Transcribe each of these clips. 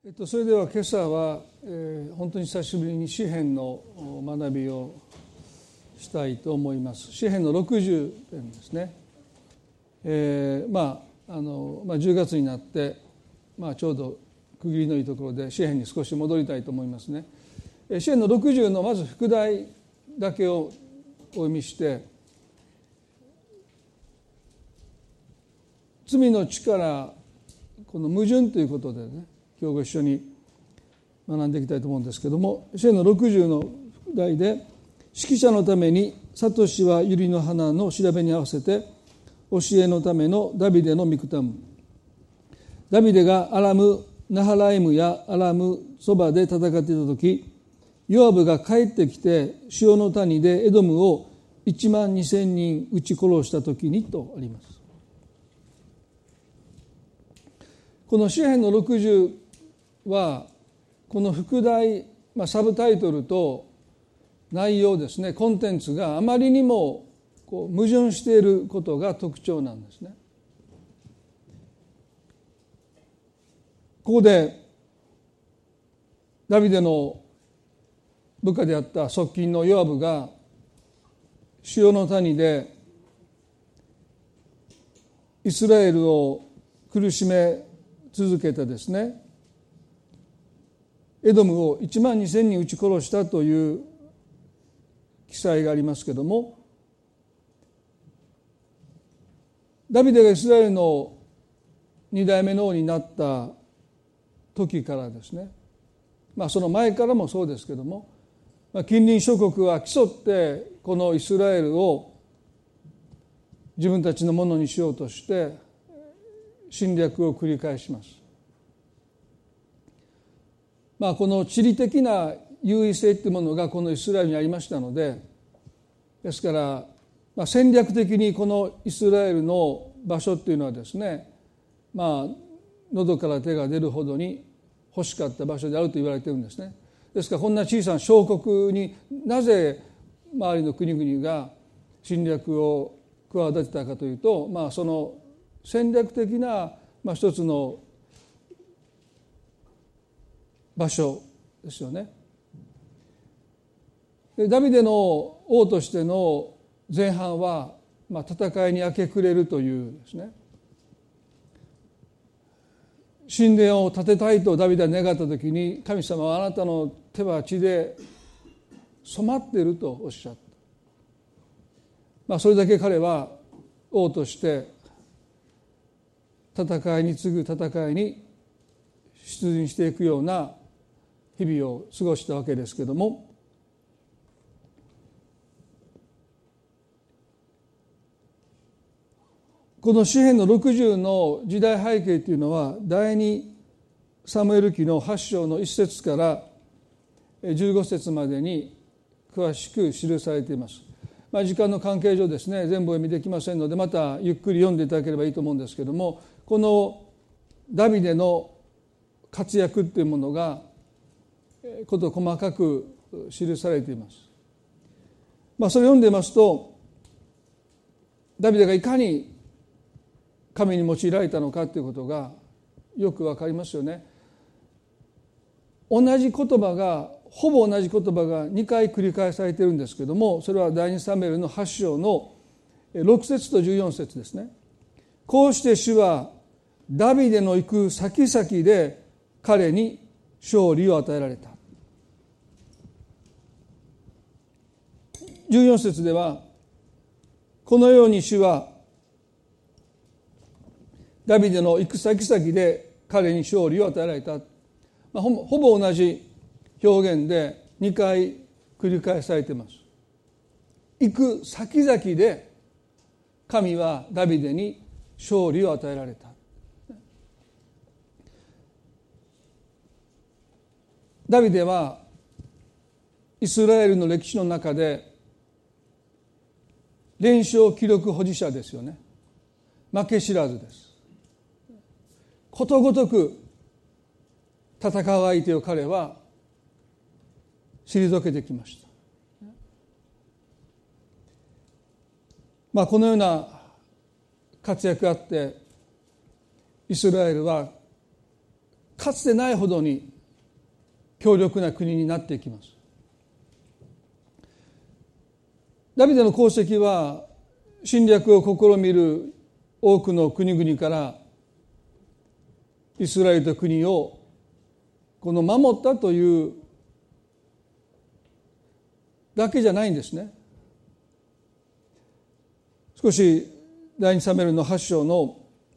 それでは今朝は、本当に久しぶりに詩編の学びをしたいと思います。詩編の60編ですね。10月になって、ちょうど区切りのいいところで詩編に少し戻りたいと思いますね。詩編の60のまず副題だけをお読みして、罪の力、この矛盾ということでね、今日ご一緒に学んでいきたいと思うんですけども、詩編の60の副題で、指揮者のためにサトシは百合の花の調べに合わせて教えのためのダビデのミクタム。ダビデがアラムナハライムやアラムそばで戦っていた時、ヨアブが帰ってきて塩の谷でエドムを12000人撃ち殺した時にとあります。この詩編の60はこの副題、サブタイトルと内容ですね、コンテンツがあまりにも矛盾していることが特徴なんですね。ここでダビデの部下であった側近のヨアブが塩の谷でイスラエルを苦しめ続けてですね、エドムを12000人撃ち殺したという記載がありますけども、ダビデがイスラエルの2代目の王になった時からですね、その前からもそうですけども、近隣諸国は競ってこのイスラエルを自分たちのものにしようとして侵略を繰り返します。この地理的な優位性というものがこのイスラエルにありましたので、ですから戦略的にこのイスラエルの場所っていうのはですね、喉から手が出るほどに欲しかった場所であると言われているんですね。ですからこんな小さな小国になぜ周りの国々が侵略を企てたかというと、その戦略的な一つの場所ですよね。ダビデの王としての前半は、戦いに明け暮れるというですね、神殿を建てたいとダビデは願った時に、神様はあなたの手は血で染まっているとおっしゃった。それだけ彼は王として戦いに次ぐ戦いに出陣していくような日々を過ごしたわけですけども、この詩編の60の時代背景というのは、第二サムエル記の8章の1節から15節までに詳しく記されています。時間の関係上ですね、全部お読みできませんので、またゆっくり読んでいただければいいと思うんですけども、このダビデの活躍というものがこと細かく記されています。それを読んでいますと、ダビデがいかに神に用いられたのかということがよくわかりますよね。ほぼ同じ言葉が2回繰り返されているんですけども、それは第2サムエルの8章の6節と14節ですね。こうして主はダビデの行く先々で彼に勝利を与えられた。14節では、このように主はダビデの行く先々で彼に勝利を与えられた。ほぼ同じ表現で2回繰り返されています。行く先々で神はダビデに勝利を与えられた。ダビデはイスラエルの歴史の中で連勝記録保持者ですよね。負け知らずです。ことごとく戦う相手を彼は退けてきました。このような活躍があって、イスラエルはかつてないほどに強力な国になっていきます。ダビデの功績は侵略を試みる多くの国々からイスラエルと国をこの守ったというだけじゃないんですね。少し第2サムエルの8章の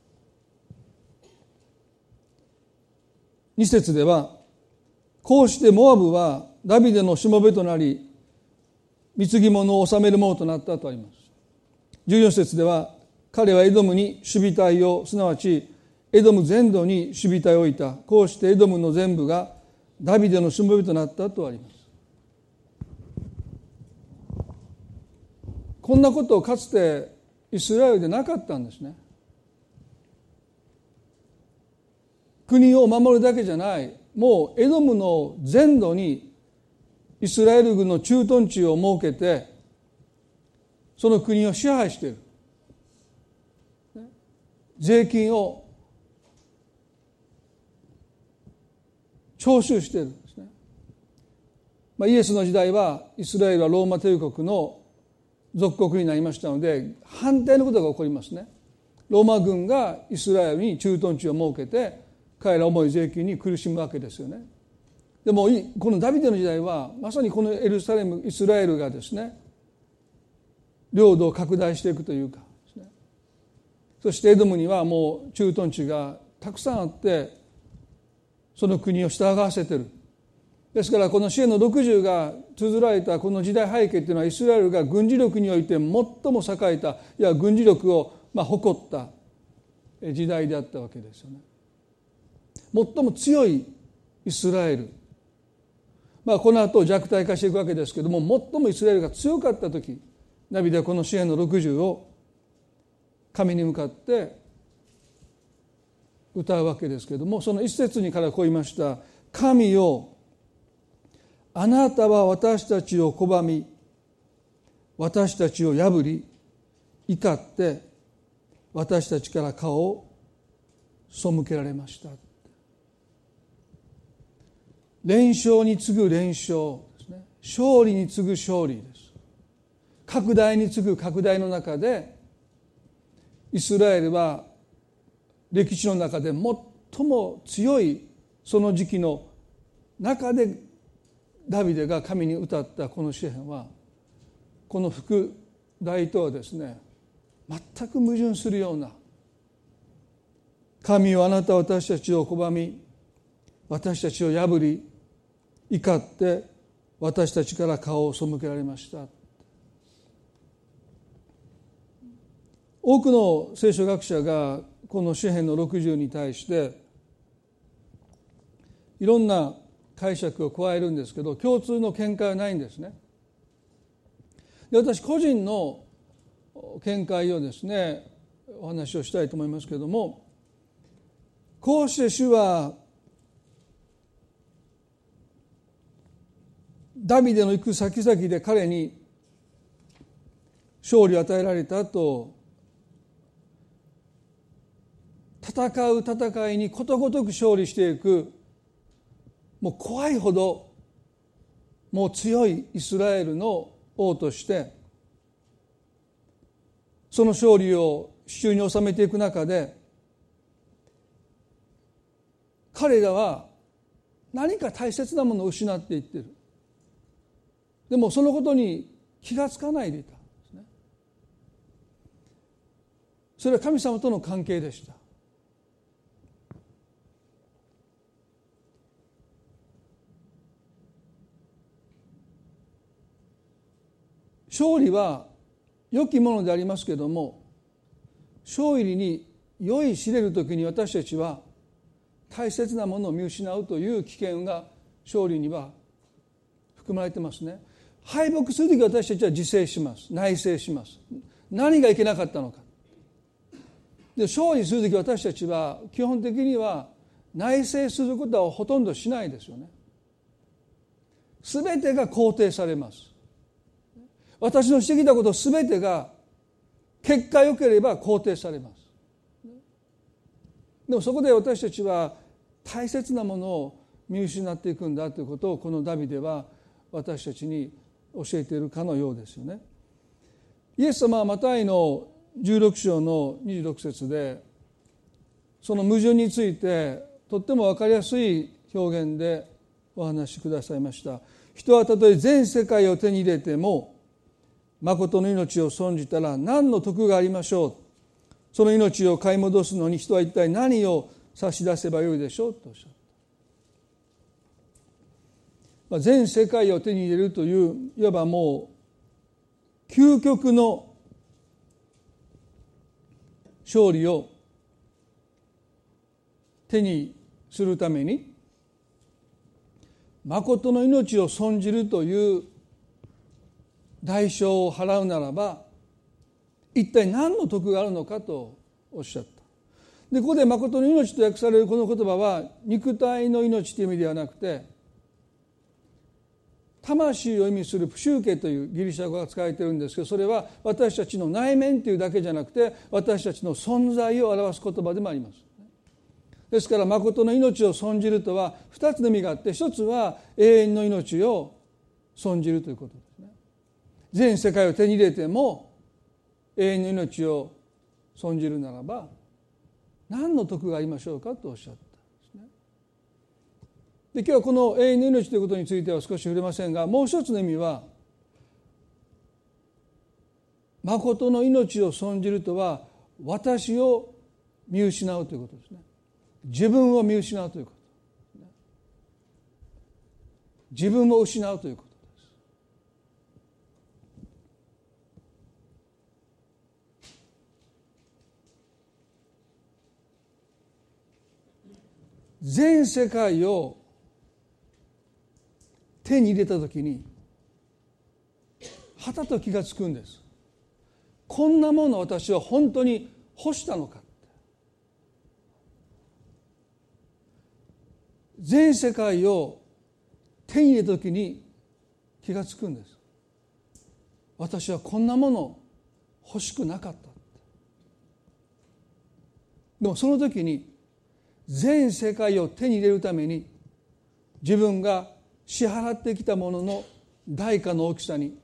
2節では、こうしてモアブはダビデのしもべとなり貢ぎ物を治めるものとなったとあります。14節では、彼はエドムに守備隊を、すなわちエドム全土に守備隊を置いた。こうしてエドムの全部がダビデのしもべとなったとあります。こんなことをかつてイスラエルでなかったんですね。国を守るだけじゃない、もうエドムの全土にイスラエル軍の駐屯地を設けてその国を支配している。税金を徴収しているんですね。イエスの時代はイスラエルはローマ帝国の属国になりましたので、反対のことが起こりますね。ローマ軍がイスラエルに駐屯地を設けて彼ら重い税金に苦しむわけですよね。でもこのダビデの時代はまさにこのエルサレム、イスラエルがですね、領土を拡大していくというかですね、そしてエドムにはもう駐屯地がたくさんあってその国を従わせている。ですからこの詩篇の60が綴られたこの時代背景というのは、イスラエルが軍事力において最も栄えた、いや軍事力を誇った時代であったわけですよね。最も強いイスラエル、この後弱体化していくわけですけれども、最もイスラエルが強かった時、ダビデはこの詩篇の60を神に向かって歌うわけですけれども、その一節にからこう言いました。神よ、あなたは私たちを拒み、私たちを破り、怒って私たちから顔を背けられました。連勝に次ぐ連勝ですね。勝利に次ぐ勝利です。拡大に次ぐ拡大の中で、イスラエルは歴史の中で最も強いその時期の中でダビデが神に歌ったこの詩篇は、この副題とはですね、全く矛盾するような、神よ、あなたは私たちを拒み、私たちを破り、怒って私たちから顔を背けられました。多くの聖書学者がこの詩篇の60に対していろんな解釈を加えるんですけど、共通の見解はないんですね。で、私個人の見解をですねお話をしたいと思いますけれども、こうして主はダビデの行く先々で彼に勝利を与えられたと、戦う戦いにことごとく勝利していく、もう怖いほどもう強いイスラエルの王としてその勝利を手中に収めていく中で、彼らは何か大切なものを失っていっている。でもそのことに気がつかないでいたんですね。それは神様との関係でした。勝利は良きものでありますけれども、勝利に酔いしれるときに私たちは大切なものを見失うという危険が勝利には含まれてますね。敗北するとき私たちは自制します。内省します。何がいけなかったのか。で、勝利するとき私たちは基本的には内省することはほとんどしないですよね。すべてが肯定されます。私のしてきたことすべてが結果良ければ肯定されます。でもそこで私たちは大切なものを見失っていくんだということをこのダビデは私たちに教えているかのようですよね。イエス様はマタイの16章の26節でその矛盾についてとっても分かりやすい表現でお話しくださいました。人はたとえ全世界を手に入れても誠の命を損じたら何の得がありましょう。その命を買い戻すのに人は一体何を差し出せばよいでしょうとおっしゃった。全世界を手に入れるといういわばもう究極の勝利を手にするために誠の命を損じるという代償を払うならば一体何の得があるのかとおっしゃった。でここで誠の命と訳されるこの言葉は肉体の命という意味ではなくて魂を意味するプシューケというギリシャ語が使われているんですけど、それは私たちの内面というだけじゃなくて私たちの存在を表す言葉でもあります。ですから誠の命を損じるとは2つの意味があって、一つは永遠の命を損じるということですね。全世界を手に入れても永遠の命を損じるならば何の得がありましょうかとおっしゃったんですね。で今日はこの永遠の命ということについては少し触れませんが、もう一つの意味は誠の命を損じるとは私を見失うということですね。自分を見失うということ、自分を失うということです。全世界を手に入れたときにはたと気がつくんです。こんなものを私は本当に欲したのか。全世界を手に入れたときに気がつくんです。私はこんなもの欲しくなかった。でもその時に全世界を手に入れるために自分が支払ってきたものの代価の大きさに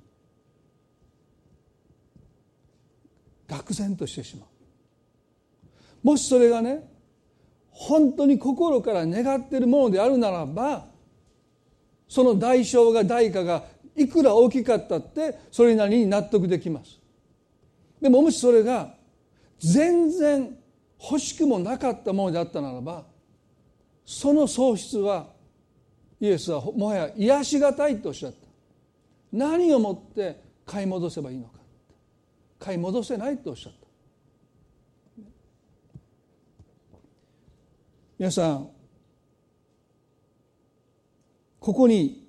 愕然としてしまう。もしそれがね本当に心から願っているものであるならば、その代価がいくら大きかったってそれなりに納得できます。でももしそれが全然欲しくもなかったものであったならば、その喪失はイエスはもはや癒しがたいとおっしゃった。何をもって買い戻せばいいのか。買い戻せないとおっしゃった。皆さん、ここに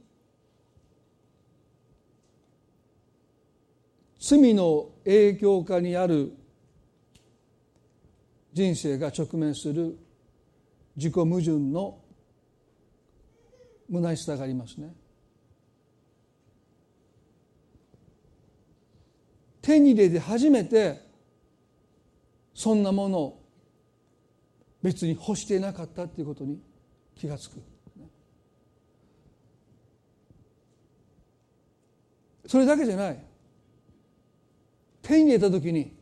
罪の影響下にある人生が直面する自己矛盾の虚しさがありますね。手に入れて初めてそんなものを別に欲していなかったということに気がつく。それだけじゃない。手に入れた時に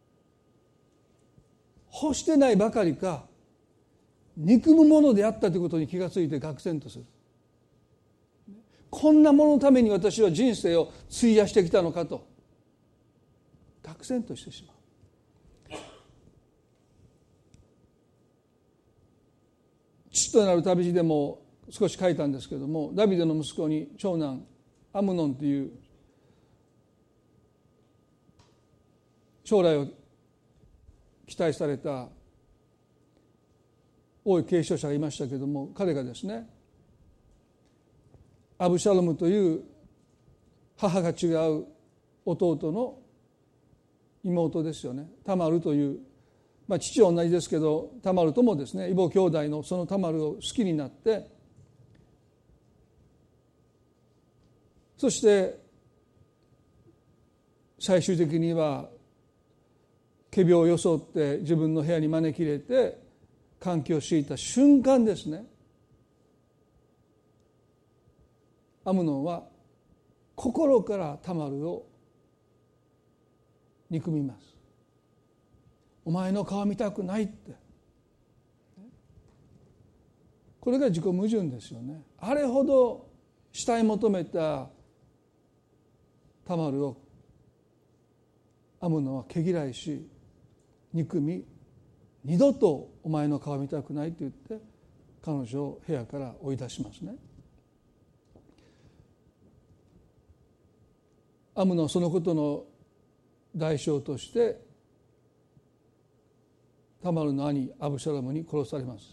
欲してないばかりか憎むものであったということに気がついて愕然とする。こんなもののために私は人生を費やしてきたのかと愕然としてしまう。父となる旅路でも少し書いたんですけれども、ダビデの息子に長男アムノンという将来を期待された王位継承者がいましたけれども、彼がですねアブシャロムという母が違う弟の妹ですよね、タマルという、父は同じですけどタマルともですね異母兄弟のそのタマルを好きになって、そして最終的には仮病を装って自分の部屋に招き入れて関係を敷いた瞬間ですね、アムノンは心からタマルを憎みます。お前の顔見たくないって。これが自己矛盾ですよね。あれほど慕い求めたタマルをアムノンは毛嫌いし憎み、二度とお前の顔見たくないと言って彼女を部屋から追い出しますね。アムノンはそのことの代償としてタマルの兄アブシャロムに殺されます。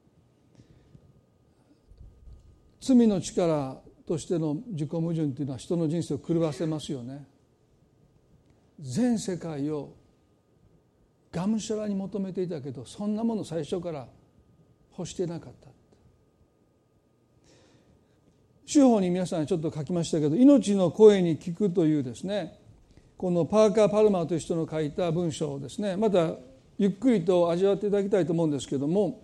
罪の力としての自己矛盾というのは人の人生を狂わせますよね。全世界をがむしゃらに求めていたけど、そんなもの最初から欲していなかった。手法に皆さんちょっと書きましたけど、命の声に聞くというですね、このパーカー・パルマーという人の書いた文章をですね、またゆっくりと味わっていただきたいと思うんですけども、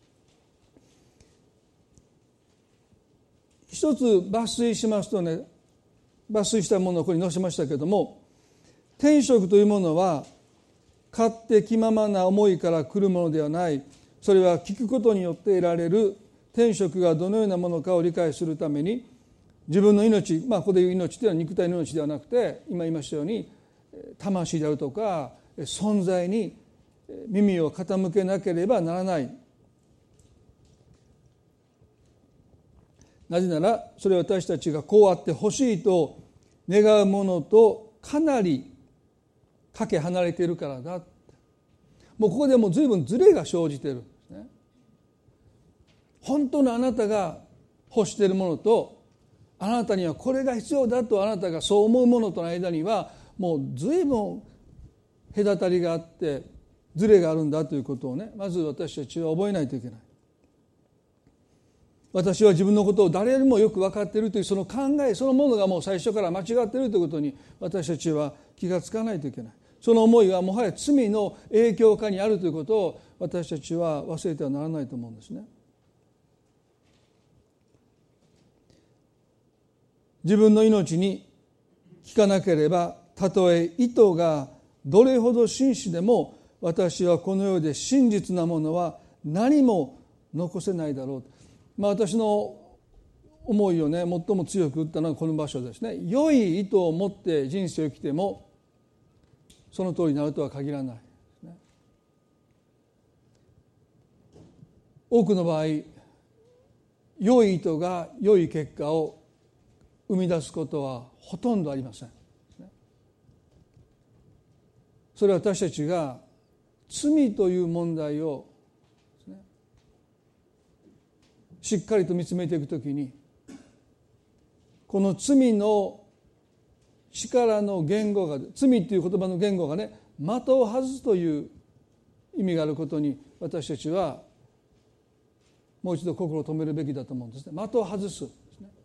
一つ抜粋しますとね、抜粋したものをここに載せましたけども、天職というものは勝手気ままな思いから来るものではない。それは聞くことによって得られる天職がどのようなものかを理解するために、自分の命、ここでいう命というのは肉体の命ではなくて、今言いましたように魂であるとか存在に耳を傾けなければならない。なぜならそれは私たちがこうあってほしいと願うものとかなりかけ離れているからだ。もうここでもう随分ズレが生じているんですね。本当のあなたが欲しているものと、あなたにはこれが必要だとあなたがそう思うものとの間にはもう随分隔たりがあってズレがあるんだということをね、まず私たちは覚えないといけない。私は自分のことを誰よりもよく分かっているというその考えそのものがもう最初から間違っているということに私たちは気がつかないといけない。その思いはもはや罪の影響下にあるということを私たちは忘れてはならないと思うんですね。自分の命に聞かなければ、たとえ意図がどれほど真摯でも、私はこの世で真実なものは何も残せないだろう。私の思いをね、最も強く言ったのはこの場所ですね。良い意図を持って人生を生きてもその通りになるとは限らないですね。多くの場合、良い意図が良い結果を生み出すことはほとんどありません。それは私たちが罪という問題をしっかりと見つめていくときに、この罪の力の言語が、罪という言葉の言語がね、的を外すという意味があることに私たちはもう一度心を止めるべきだと思うんですね。的を外すですね。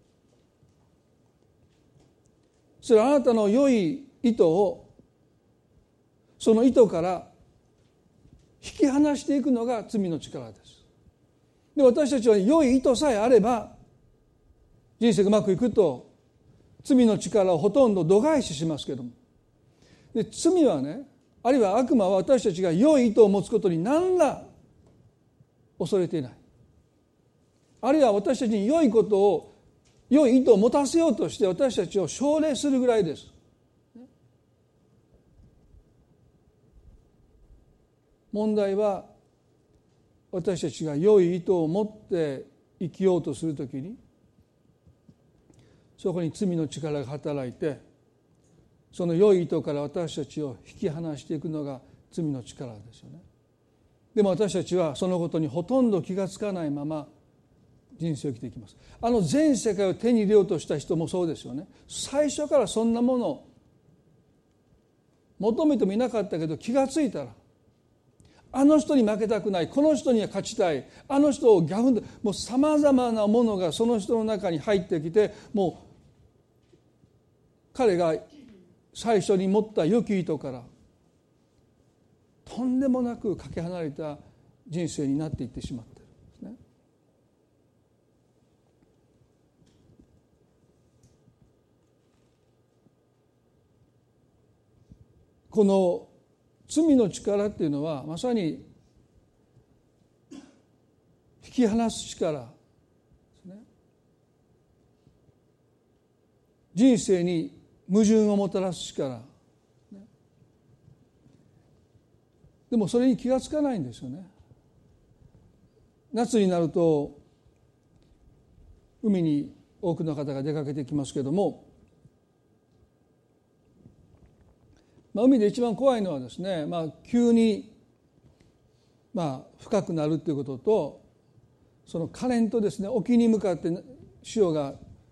それはあなたの良い意図をその意図から引き離していくのが罪の力です。で、私たちは良い意図さえあれば人生がうまくいくと罪の力をほとんど度外視しますけども、で罪はね、あるいは悪魔は私たちが良い意図を持つことに何ら恐れていない。あるいは私たちに良いことを、良い意図を持たせようとして私たちを奨励するぐらいです。問題は私たちが良い意図を持って生きようとするときに、そこに罪の力が働いて、その良い意図から私たちを引き離していくのが罪の力ですよね。でも私たちはそのことにほとんど気がつかないまま人生を生きていきます。全世界を手に入れようとした人もそうですよね。最初からそんなものを求めてもいなかったけど、気がついたらあの人に負けたくない、この人には勝ちたい、あの人をギャフンと、もうさまざまなものがその人の中に入ってきて、もう彼が最初に持った良き意図からとんでもなくかけ離れた人生になっていってしまっているんですね。この罪の力っていうのはまさに引き離す力ですね。人生に矛盾をもたらす力、でもそれに気がつかないんですよね。夏になると海に多くの方が出かけてきますけれども、海で一番怖いのはですね、急に深くなるということと、そのカレントですね、沖に向かって潮が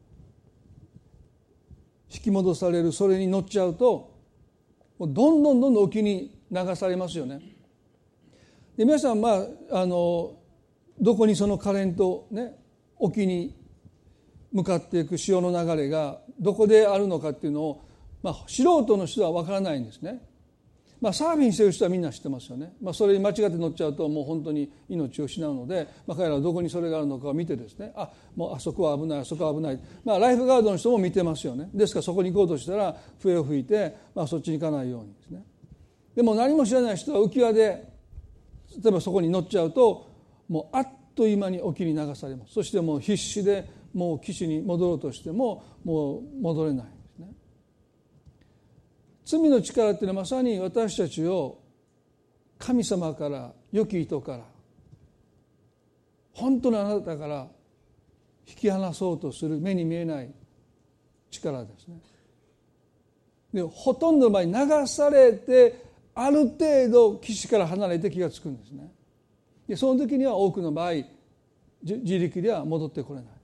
引き戻される、それに乗っちゃうとどんどん沖に流されますよね。で皆さんどこにそのカレントね、沖に向かっていく潮の流れがどこであるのかっていうのを、素人の人は分からないんですね。サーフィンしてる人はみんな知ってますよね。それに間違って乗っちゃうともう本当に命を失うので、彼らはどこにそれがあるのかを見てですね、もうあそこは危ない、あそこは危ない、ライフガードの人も見てますよね。ですからそこに行こうとしたら笛を吹いて、そっちに行かないようにですね。でも何も知らない人は浮き輪で例えばそこに乗っちゃうともうあっという間に沖に流されます。そしてもう必死でもう岸に戻ろうとしてももう戻れない。罪の力っていうのはまさに私たちを神様から良き意図から本当のあなたから引き離そうとする目に見えない力ですね。でほとんどの場合流されてある程度岸から離れて気がつくんですね。でその時には多くの場合自力では戻ってこれない。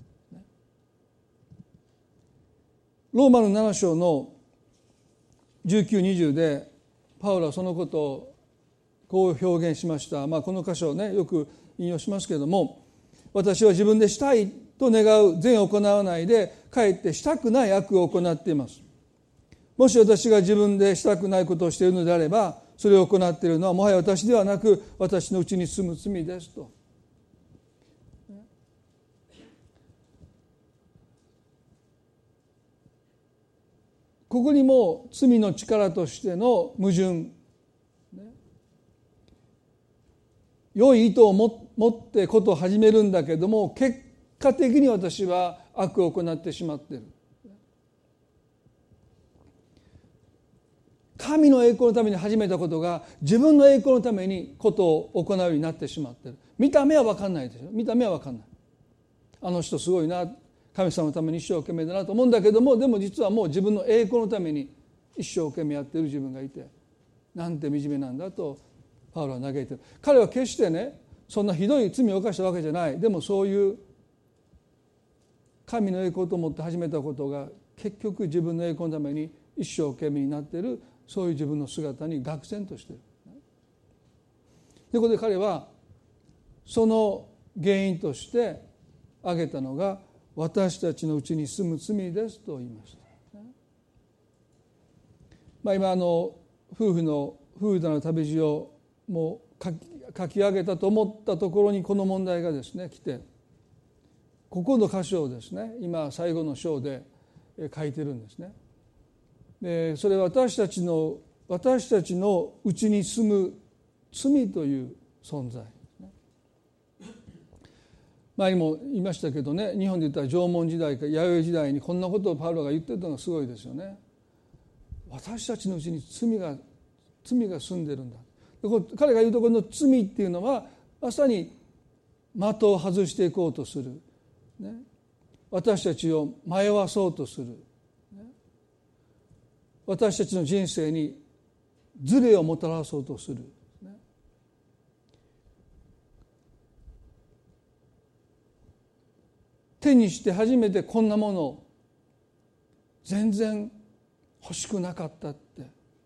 ローマの7章の19、20でパウロはそのことをこう表現しました。この箇所をねよく引用しますけれども、私は自分でしたいと願う善を行わないでかえってしたくない悪を行っています。もし私が自分でしたくないことをしているのであれば、それを行っているのはもはや私ではなく私のうちに住む罪ですと。ここにも罪の力としての矛盾、良い意図を持ってことを始めるんだけども、結果的に私は悪を行ってしまっている。神の栄光のために始めたことが自分の栄光のためにことを行うようになってしまっている。見た目は分かんないですよ。見た目は分かんない。あの人すごいな、神様のために一生懸命だなと思うんだけども、でも実はもう自分の栄光のために一生懸命やっている自分がいて、なんて惨めなんだとパウロは嘆いている。彼は決してねそんなひどい罪を犯したわけじゃない。でもそういう神の栄光と思って始めたことが結局自分の栄光のために一生懸命になっている、そういう自分の姿に愕然としている。ということで彼はその原因として挙げたのが私たちのうちに住む罪ですと言いました。今夫婦のフーダの旅路をもう書き上げたと思ったところにこの問題がですね来て、ここの箇所をですね今最後の章で書いてるんですね。でそれは私たちのうちに住む罪という存在。前にも言いましたけどね、日本で言ったら縄文時代か弥生時代にこんなことをパウロが言ってるのがすごいですよね。私たちのうちに罪が住んでるんだ。彼が言うところの罪っていうのはまさに的を外していこうとする、ね、私たちを迷わそうとする、ね、私たちの人生にズレをもたらそうとする、ね、手にして初めてこんなもの全然欲しくなかったって、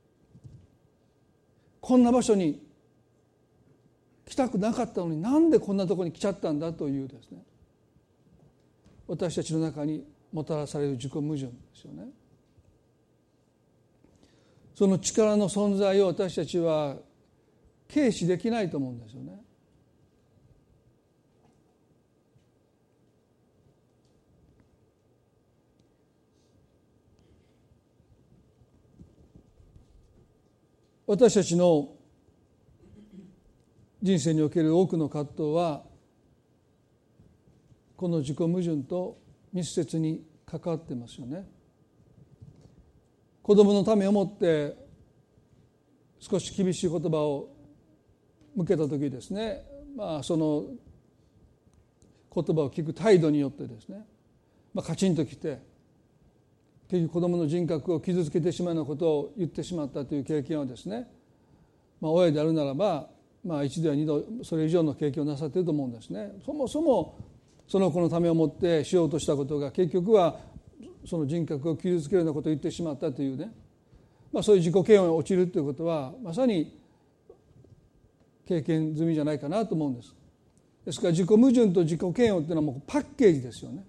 こんな場所に来たくなかったのになんでこんなところに来ちゃったんだというですね、私たちの中にもたらされる自己矛盾ですよね。その力の存在を私たちは軽視できないと思うんですよね。 私たちの人生における多くの葛藤はこの自己矛盾と密接に関わってますよね。子供のためをもって少し厳しい言葉を向けた時ですね、その言葉を聞く態度によってですね、カチンときて結局子供の人格を傷つけてしまうようなことを言ってしまったという経験はですね、親であるならば、一度や二度それ以上の経験をなさっていると思うんですね。そもそもその子のためをもってしようとしたことが結局はその人格を傷つけるようなことを言ってしまったというね、そういう自己嫌悪に陥るということはまさに経験済みじゃないかなと思うんです。ですから自己矛盾と自己嫌悪というのはもうパッケージですよね。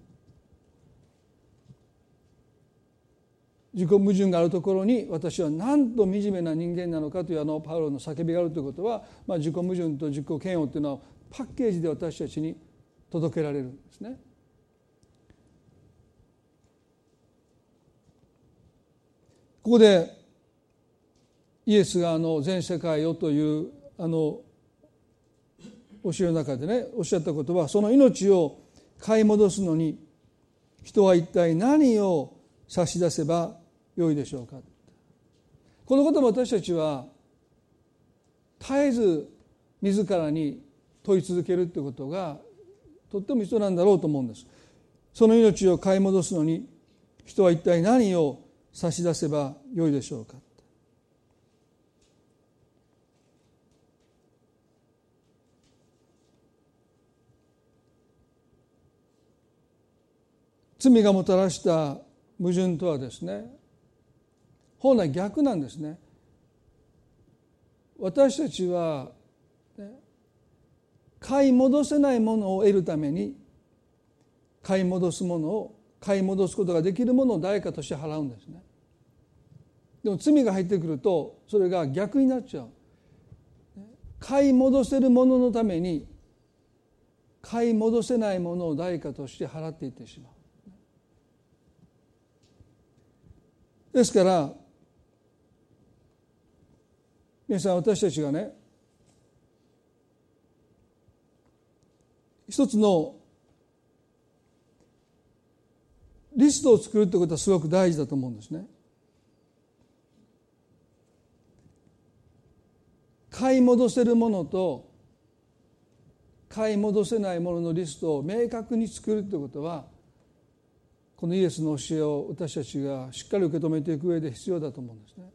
自己矛盾があるところに私はなんと惨めな人間なのかというパウロの叫びがあるということは、自己矛盾と自己嫌悪というのはパッケージで私たちに届けられるんですね。ここでイエスが全世界をという教えの中でねおっしゃったことは、その命を買い戻すのに人は一体何を差し出せばよいでしょうか。このことも私たちは絶えず自らに問い続けるということがとっても必要なんだろうと思うんです。その命を買い戻すのに人は一体何を差し出せばよいでしょうか。罪がもたらした矛盾とはですね、本来逆なんですね。私たちは、買い戻せないものを得るために買い戻すことができるものを代価として払うんですね。でも罪が入ってくるとそれが逆になっちゃう。買い戻せるもののために買い戻せないものを代価として払っていってしまう。ですから皆さん、私たちがね一つのリストを作るということはすごく大事だと思うんですね。買い戻せるものと買い戻せないもののリストを明確に作るということは、このイエスの教えを私たちがしっかり受け止めていく上で必要だと思うんですね。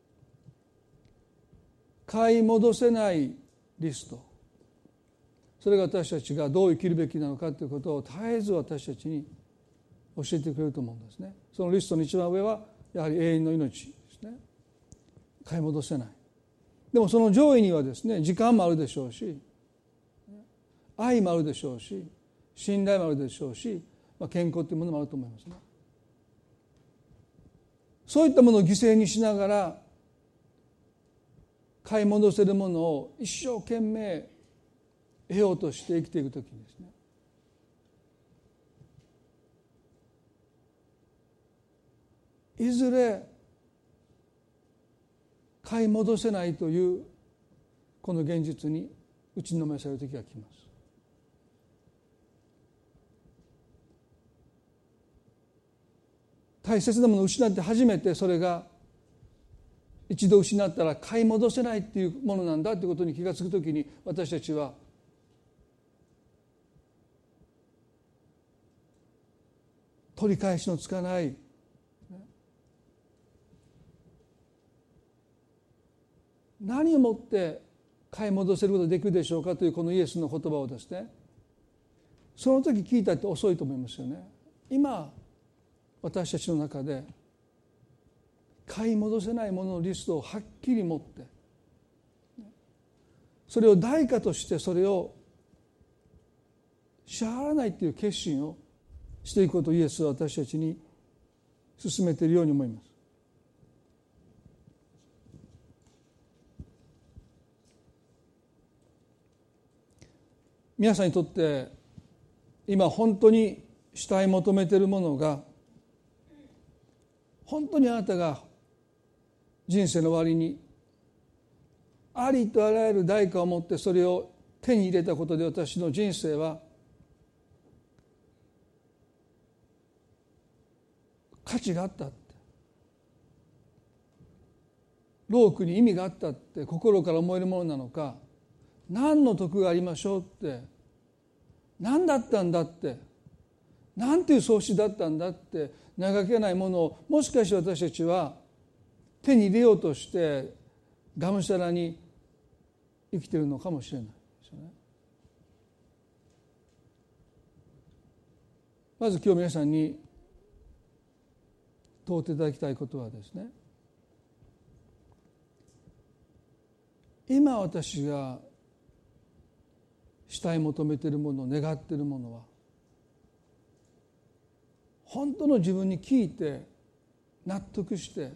買い戻せないリスト、それが私たちがどう生きるべきなのかということを絶えず私たちに教えてくれると思うんですね。そのリストの一番上はやはり永遠の命ですね。買い戻せない。でもその上位にはですね、時間もあるでしょうし、愛もあるでしょうし、信頼もあるでしょうし、健康というものもあると思いますね。そういったものを犠牲にしながら買い戻せるものを一生懸命得ようとして生きていくときにですね、いずれ買い戻せないというこの現実に打ちのめされる時が来ます。大切なものを失って初めてそれが一度失ったら買い戻せないっていうものなんだということに気がつくときに、私たちは取り返しのつかない何をもって買い戻せることができるでしょうかというこのイエスの言葉をですね、その時聞いたって遅いと思いますよね。今私たちの中で買い戻せないもののリストをはっきり持って、それを代価としてそれを支払わないという決心をしていくことをイエスは私たちに進めているように思います。皆さんにとって今本当に主体求めているものが、本当にあなたが人生の終わりにありとあらゆる代価を持ってそれを手に入れたことで私の人生は価値があったって、労苦に意味があったって心から思えるものなのか、何の得がありましょうって、何だったんだって、なんていう喪失だったんだって嘆けないものをもしかして私たちは手に入れようとしてがむしゃらに生きているのかもしれないですよね。まず今日皆さんに問うていただきたいことはですね、今私がしたい求めているもの、願っているものは本当の自分に聞いて納得して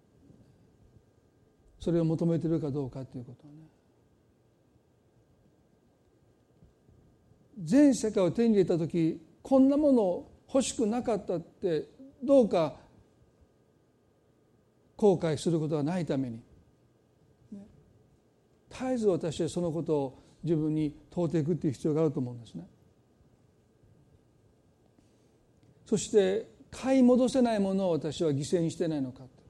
それを求めているかどうかということはね、全世界を手に入れた時こんなもの欲しくなかったってどうか後悔することがないために、絶えず私はそのことを自分に問うていくという必要があると思うんですね。そして買い戻せないものを私は犠牲にしてないのかということ、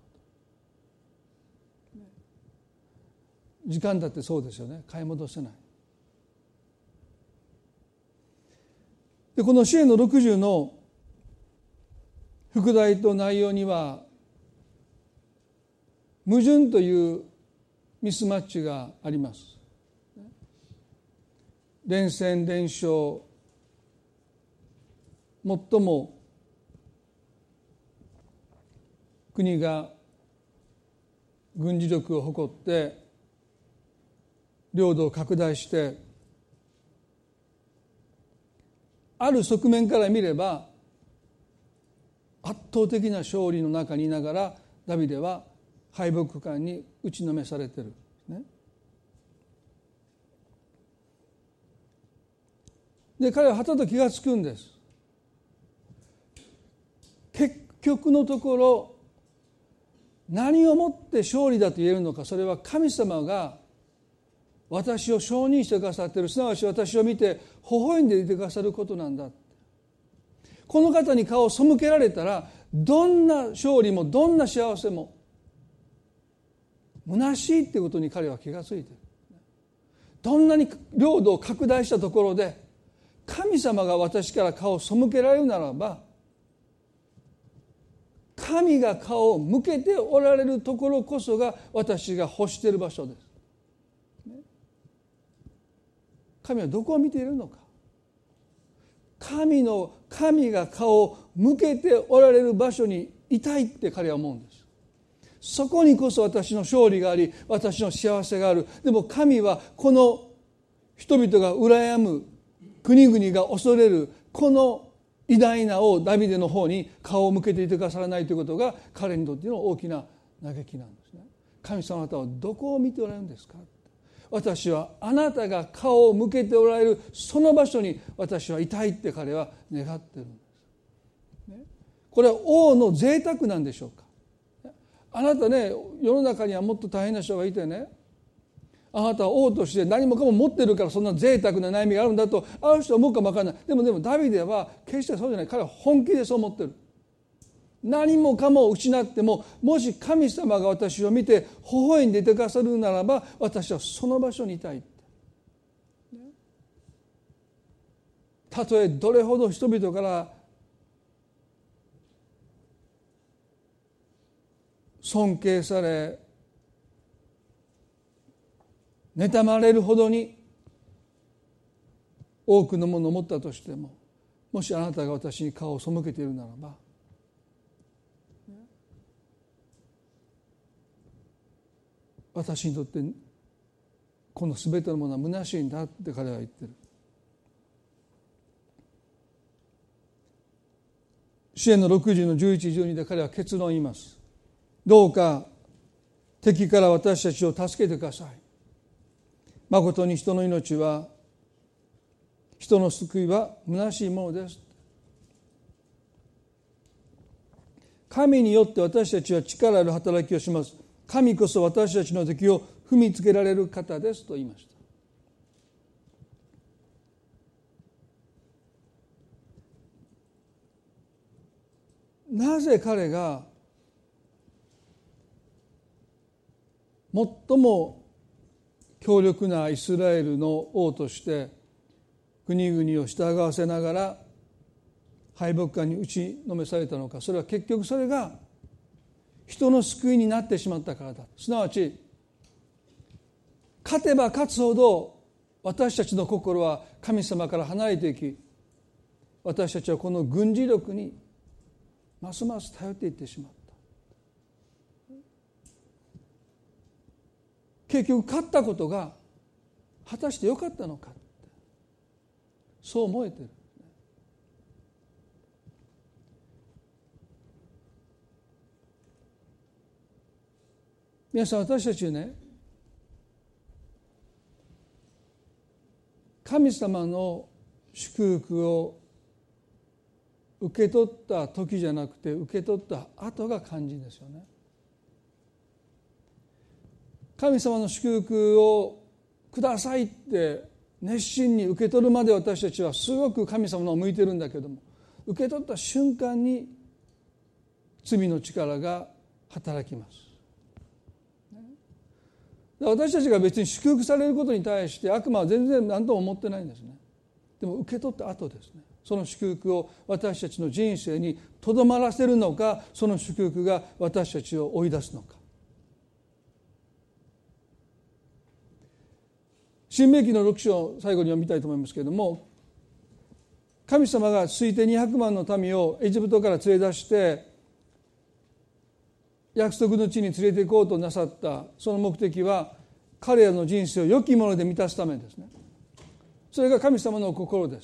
時間だってそうですよね。買い戻せない。でこの詩篇の60の副題と内容には矛盾というミスマッチがあります。連戦連勝、最も国が軍事力を誇って領土を拡大してある側面から見れば圧倒的な勝利の中にいながらダビデは敗北感に打ちのめされている、ね、で彼ははたと気がつくんです。結局のところ何をもって勝利だと言えるのか、それは神様が私を承認してくださっている、すなわち私を見て微笑んでいてくださることなんだ。この方に顔を背けられたらどんな勝利もどんな幸せも虚しいっていうことに彼は気がついている。どんなに領土を拡大したところで神様が私から顔を背けられるならば、神が顔を向けておられるところこそが私が欲している場所です。神はどこを見ているのか。神が顔を向けておられる場所にいたいって彼は思うんです。そこにこそ私の勝利があり、私の幸せがある。でも神はこの人々が羨む、国々が恐れるこの偉大な王ダビデの方に顔を向けていてくださらないということが彼にとっての大きな嘆きなんですね。神様、あなたはどこを見ておられるんですか。私はあなたが顔を向けておられるその場所に私はいたいって彼は願っているんです、ね、これは王の贅沢なんでしょうか。あなたね、世の中にはもっと大変な人がいてね、あなたは王として何もかも持ってるからそんな贅沢な悩みがあるんだとある人は思うかも分からない。でもダビデは決してそうじゃない。彼は本気でそう思ってる。何もかも失っても、もし神様が私を見て微笑んでいてくださるならば私はその場所にいたい。たとえどれほど人々から尊敬され妬まれるほどに多くのものを持ったとしても、もしあなたが私に顔を背けているならば、私にとってこの全てのものは虚しいんだって彼は言ってる。詩篇の60の11、12で彼は結論を言います。どうか敵から私たちを助けてください。まことに人の命は、人の救いは虚しいものです。神によって私たちは力ある働きをします。神こそ私たちの敵を踏みつけられる方ですと言いました。なぜ彼が最も強力なイスラエルの王として国々を従わせながら敗北感に打ちのめされたのか。それは結局それが人の救いになってしまったからだ。すなわち勝てば勝つほど私たちの心は神様から離れていき、私たちはこの軍事力にますます頼っていってしまった。結局勝ったことが果たしてよかったのか、そう思えている。皆さん、私たちね、神様の祝福を受け取った時じゃなくて受け取った後が肝心ですよね。神様の祝福をくださいって熱心に受け取るまで私たちはすごく神様の向いてるんだけども、受け取った瞬間に罪の力が働きます。私たちが別に祝福されることに対して悪魔は全然何とも思ってないんですね。でも受け取った後ですね、その祝福を私たちの人生にとどまらせるのか、その祝福が私たちを追い出すのか。申命記の6章を最後に読みたいと思いますけれども、神様が推定200万の民をエジプトから連れ出して約束の地に連れて行こうとなさったその目的は、彼らの人生を良きもので満たすためですね。それが神様の心です。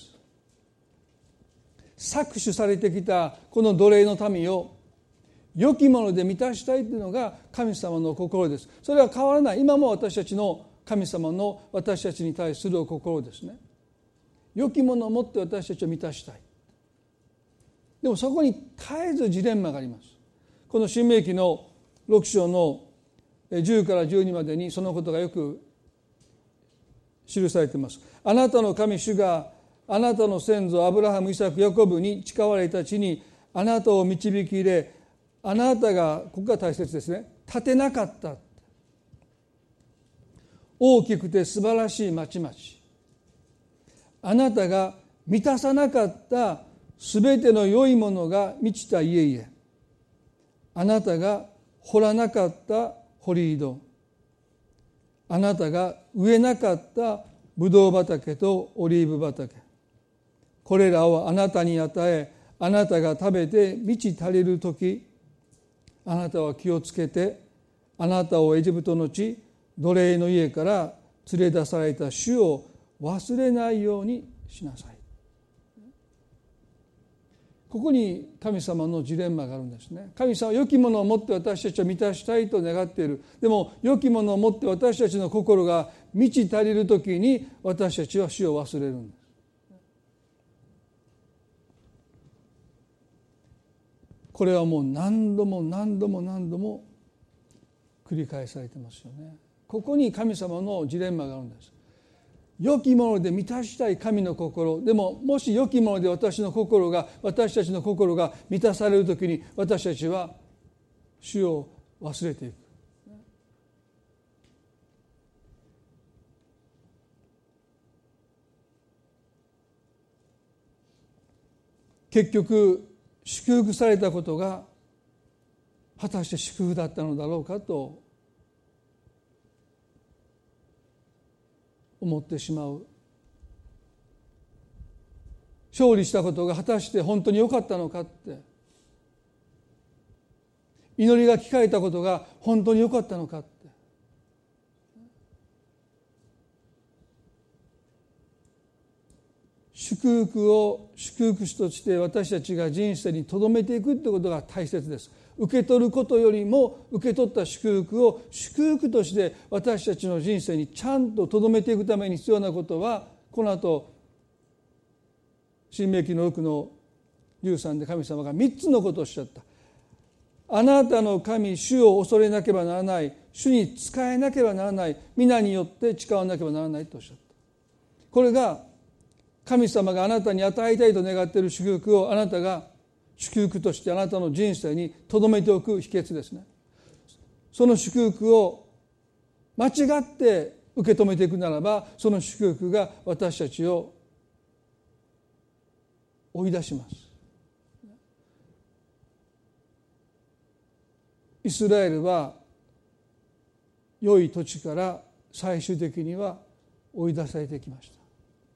搾取されてきたこの奴隷の民を良きもので満たしたいというのが神様の心です。それは変わらない。今も私たちの神様の私たちに対するお心ですね。良きものを持って私たちを満たしたい。でもそこに絶えずジレンマがあります。この申命記の6章の10から12までにそのことがよく記されています。あなたの神主があなたの先祖アブラハム、イサク、ヤコブに誓われた地にあなたを導き入れ、あなたが、ここが大切ですね、建てなかった大きくて素晴らしい町々、あなたが満たさなかったすべての良いものが満ちた家々、あなたが掘らなかった堀井戸、あなたが植えなかったブドウ畑とオリーブ畑、これらをあなたに与え、あなたが食べて満ち足りるとき、あなたは気をつけて、あなたをエジプトの地、奴隷の家から連れ出された主を忘れないようにしなさい。ここに神様のジレンマがあるんですね。神様は良きものを持って私たちを満たしたいと願っている。でも良きものを持って私たちの心が満ち足りるときに私たちは主を忘れるんです。これはもう何度も繰り返されてますよね。ここに神様のジレンマがあるんです。良きもので満たしたい神の心、でももし良きもので私たちの心が満たされるときに私たちは主を忘れていく。結局祝福されたことが果たして祝福だったのだろうかと思ってしまう。勝利したことが果たして本当に良かったのかって、祈りが聞かれたことが本当に良かったのかって、祝福を祝福として私たちが人生に留めていくということが大切です。受け取ることよりも受け取った祝福を祝福として私たちの人生にちゃんと留めていくために必要なことは、この後申命記の6の13で神様が3つのことをおっしゃった。 あなたの神主を恐れなければならない、主に仕えなければならない、皆によって誓わなければならないとおっしゃった。これが神様があなたに与えたいと願っている祝福をあなたが祝福としてあなたの人生に留めておく秘訣ですね。その祝福を間違って受け止めていくならば、その祝福が私たちを追い出します。イスラエルは良い土地から最終的には追い出されてきました。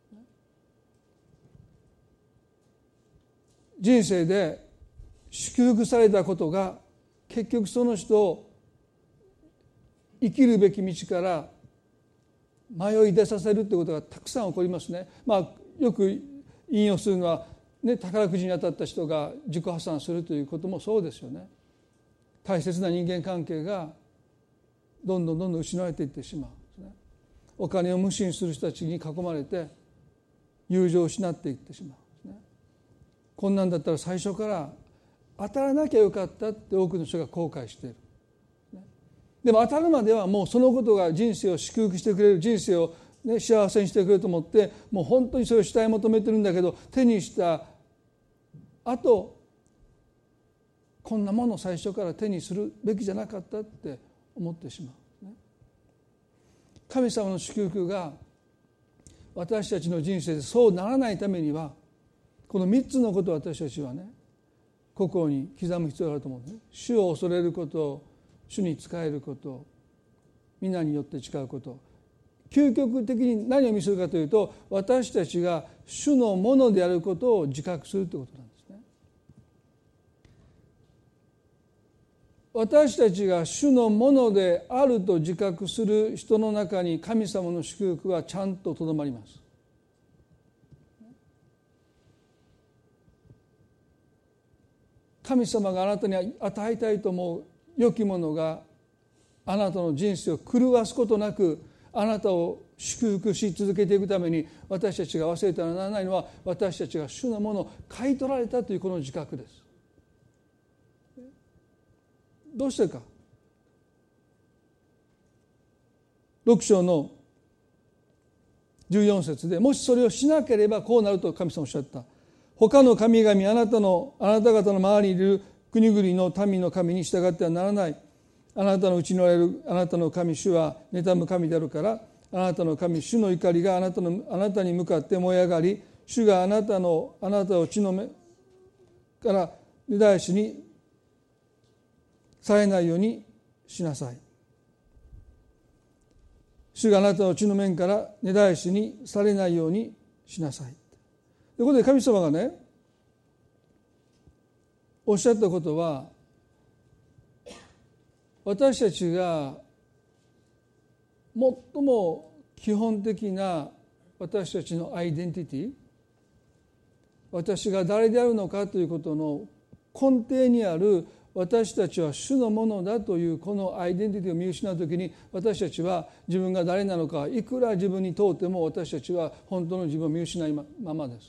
人生で祝福されたことが結局その人を生きるべき道から迷い出させるということがたくさん起こりますね。よく引用するのは、宝くじに当たった人が自己破産するということもそうですよね。大切な人間関係がどんどん失われていってしまう。お金を無心する人たちに囲まれて友情を失っていってしまう。こんなんだったら最初から当たらなきゃよかったって多くの人が後悔している。でも当たるまではもうそのことが人生を祝福してくれる、人生を、幸せにしてくれると思って、もう本当にそれを主体求めてるんだけど、手にした後、こんなものを最初から手にするべきじゃなかったって思ってしまう。神様の祝福が私たちの人生でそうならないためには、この3つのことを私たちは心に刻む必要があると思うんですね。主を恐れること、主に仕えること、皆によって誓うこと。究極的に何を意味するかというと、私たちが主のものであることを自覚するということなんですね。私たちが主のものであると自覚する人の中に神様の祝福はちゃんととどまります。神様があなたに与えたいと思う良きものがあなたの人生を狂わすことなくあなたを祝福し続けていくために、私たちが忘れてはならないのは、私たちが主のものを買い取られたというこの自覚です。どうしてか。6章の14節で、もしそれをしなければこうなると神様おっしゃった。他の神々、あなた方の周りにいる国々の民の神に従ってはならない。あなたのうちにおられるあなたの神主は妬む神であるから、あなたの神主の怒りがあなたに向かって燃え上がり、主があなたを地の目から根絶やしにされないようにしなさい。主があなたを地の面から根絶やしにされないようにしなさい。ということで神様がおっしゃったことは、私たちが最も基本的な私たちのアイデンティティ、私が誰であるのかということの根底にある、私たちは主のものだというこのアイデンティティを見失うときに、私たちは自分が誰なのか、いくら自分に問うても私たちは本当の自分を見失いままです。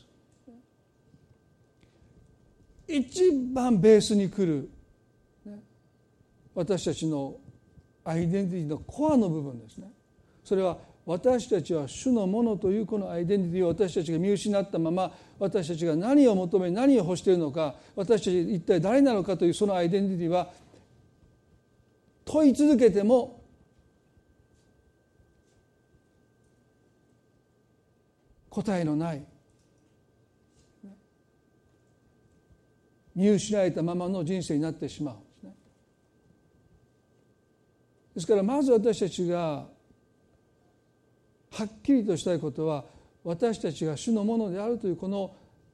一番ベースに来る私たちのアイデンティティのコアの部分ですね。それは私たちは主のものというこのアイデンティティを私たちが見失ったまま、私たちが何を求め何を欲しているのか、私たち一体誰なのかというそのアイデンティティは問い続けても答えのない見失えたままの人生になってしまうんですね。ですからまず私たちがはっきりとしたいことは、私たちが主のものであるというこの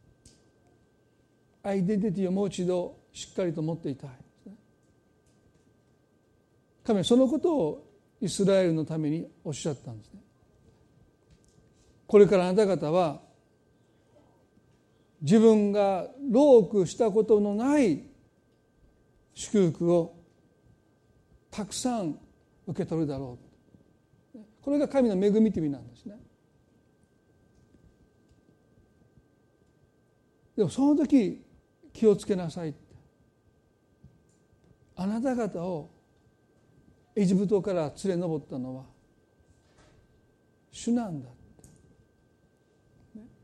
アイデンティティをもう一度しっかりと持っていたい。神はそのことをイスラエルのためにおっしゃったんですね。これからあなた方は自分が労苦したことのない祝福をたくさん受け取るだろう。これが神の恵みという意味なんですね。でもその時気をつけなさい。 あなた方をエジプトから連れ上ったのは主なんだって、ね、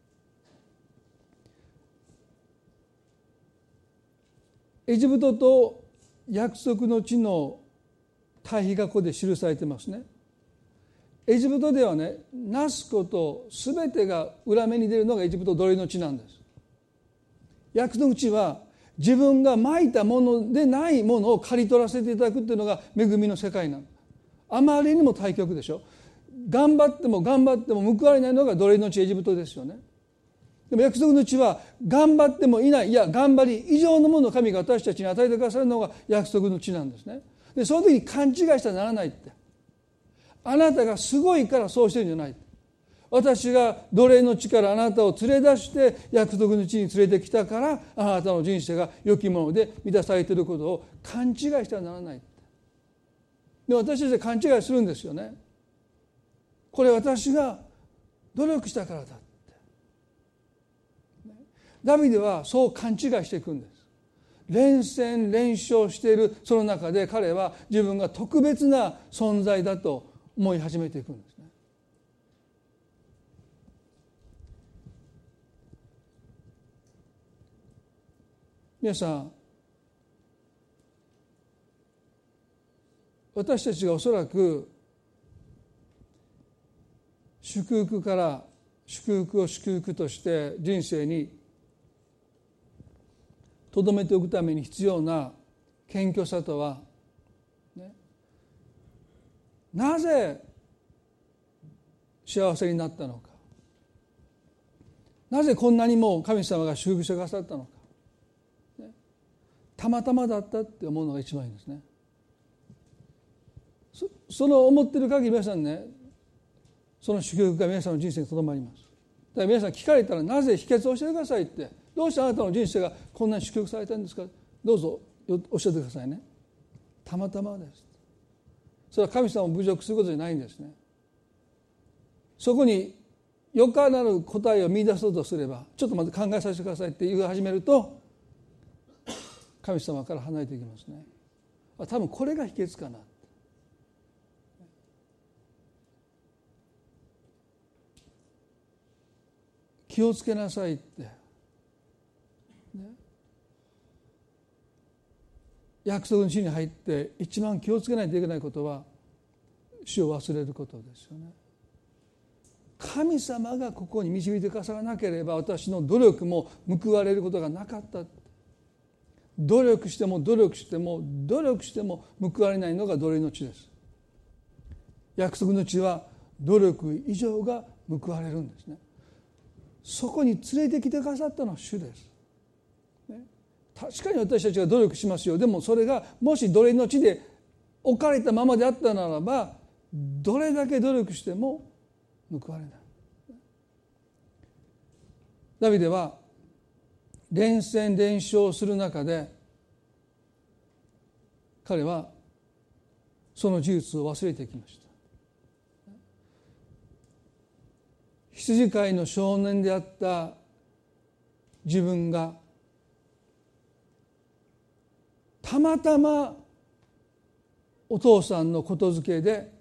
エジプトと約束の地の対比がここで記されてますね。エジプトではね、なすことすべてが裏目に出るのがエジプト奴隷の地なんです。約束の地は自分がまいたものでないものを刈り取らせていただくっていうのが恵みの世界なんだ。あまりにも対極でしょ。頑張っても報われないのが奴隷の地エジプトですよね。でも約束の地は頑張ってもいない、いや頑張り以上のものを神が私たちに与えてくださるのが約束の地なんですね。でその時に勘違いしてはならないって、あなたがすごいからそうしてるんじゃない、私が奴隷の地からあなたを連れ出して約束の地に連れてきたからあなたの人生が良きもので満たされていることを勘違いしてはならないって。で私たちは勘違いするんですよね。これ私が努力したからだって。ダビデはそう勘違いしていくんです。連戦連勝しているその中で彼は自分が特別な存在だと思い始めていくんですね。皆さん、私たちがおそらく祝福から祝福を祝福として人生にとどめておくために必要な謙虚さとは、ね、なぜ幸せになったのか、なぜこんなにも神様が祝福してくださったのか、ね、たまたまだったって思うのが一番いいんですね。その思ってる限り皆さんね、その祝福が皆さんの人生にとどまります。だから皆さん聞かれたらなぜ秘訣を教えてくださいって、どうしてあなたの人生がこんなに祝福されたんですか、どうぞ教えてくださいね。たまたまです。それは神様を侮辱することじゃないんですね。そこによかなる答えを見出そうとすれば、ちょっとまず考えさせてくださいって言い始めると神様から離れていきますね。多分これが秘訣かな。気をつけなさいって、ね、約束の地に入って一番気をつけないといけないことは主を忘れることですよね。神様がここに導いてくださらなければ私の努力も報われることがなかった。努力しても報われないのが奴隷の地です。約束の地は努力以上が報われるんですね。そこに連れてきてくださったのは主です、ね、確かに私たちが努力しますよ。でもそれがもし奴隷の地で置かれたままであったならば、どれだけ努力しても報われない。ダビデは連戦連勝する中で彼はその事実を忘れてきました。羊飼いの少年であった自分がたまたまお父さんのことづけで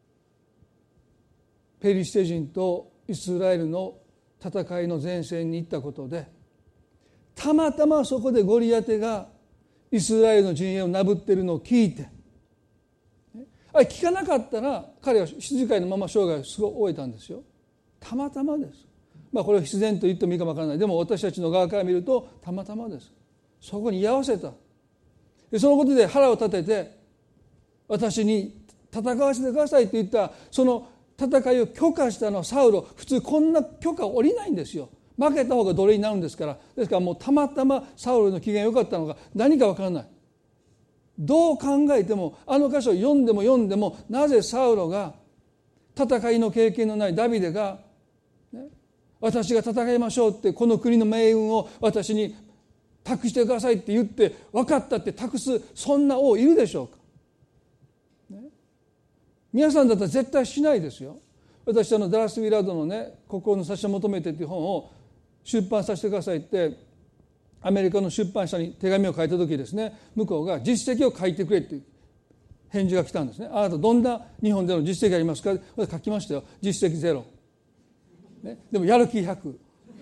ペリシテ人とイスラエルの戦いの前線に行ったことで、たまたまそこでゴリアテがイスラエルの陣営をなぶっているのを聞いて、聞かなかったら彼は羊飼いのまま生涯を終えたんですよ。たまたまです。これを必然と言ってもいいかもわからない。でも私たちの側から見るとたまたまです。そこに居合わせた。そのことで腹を立てて私に戦わせてくださいと言ったその戦いを許可したのはサウロ。普通こんな許可下りないんですよ。負けた方が奴隷になるんですから。ですからもうたまたまサウロの機嫌が良かったのか何かわからない。どう考えてもあの箇所を読んでもなぜサウロが戦いの経験のないダビデが私が戦いましょうってこの国の命運を私に託してくださいって言って分かったって託すそんな王いるでしょうか、ね、皆さんだったら絶対しないですよ。私ダラス・ウィラードのね心の差し求めてっていう本を出版させてくださいってアメリカの出版社に手紙を書いた時ですね、向こうが実績を書いてくれという返事が来たんですね。あなたどんな日本での実績ありますか。書きましたよ。実績0、ね、でもやる気100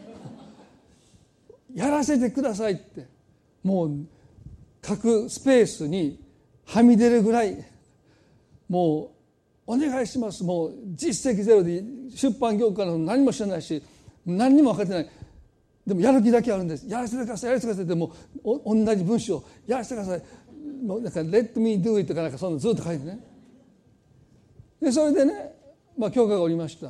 やらせてくださいって、もう書くスペースにはみ出るぐらい、もうお願いします、もう実績0で出版業界の何も知らないし何にも分かってない、でもやる気だけあるんです、やらせてくださいやらせてくださいって、もう同じ文章やらせてください、もうなんか Let me do it とかなんかそんなずっと書いてね。でそれでね、教会がおりました。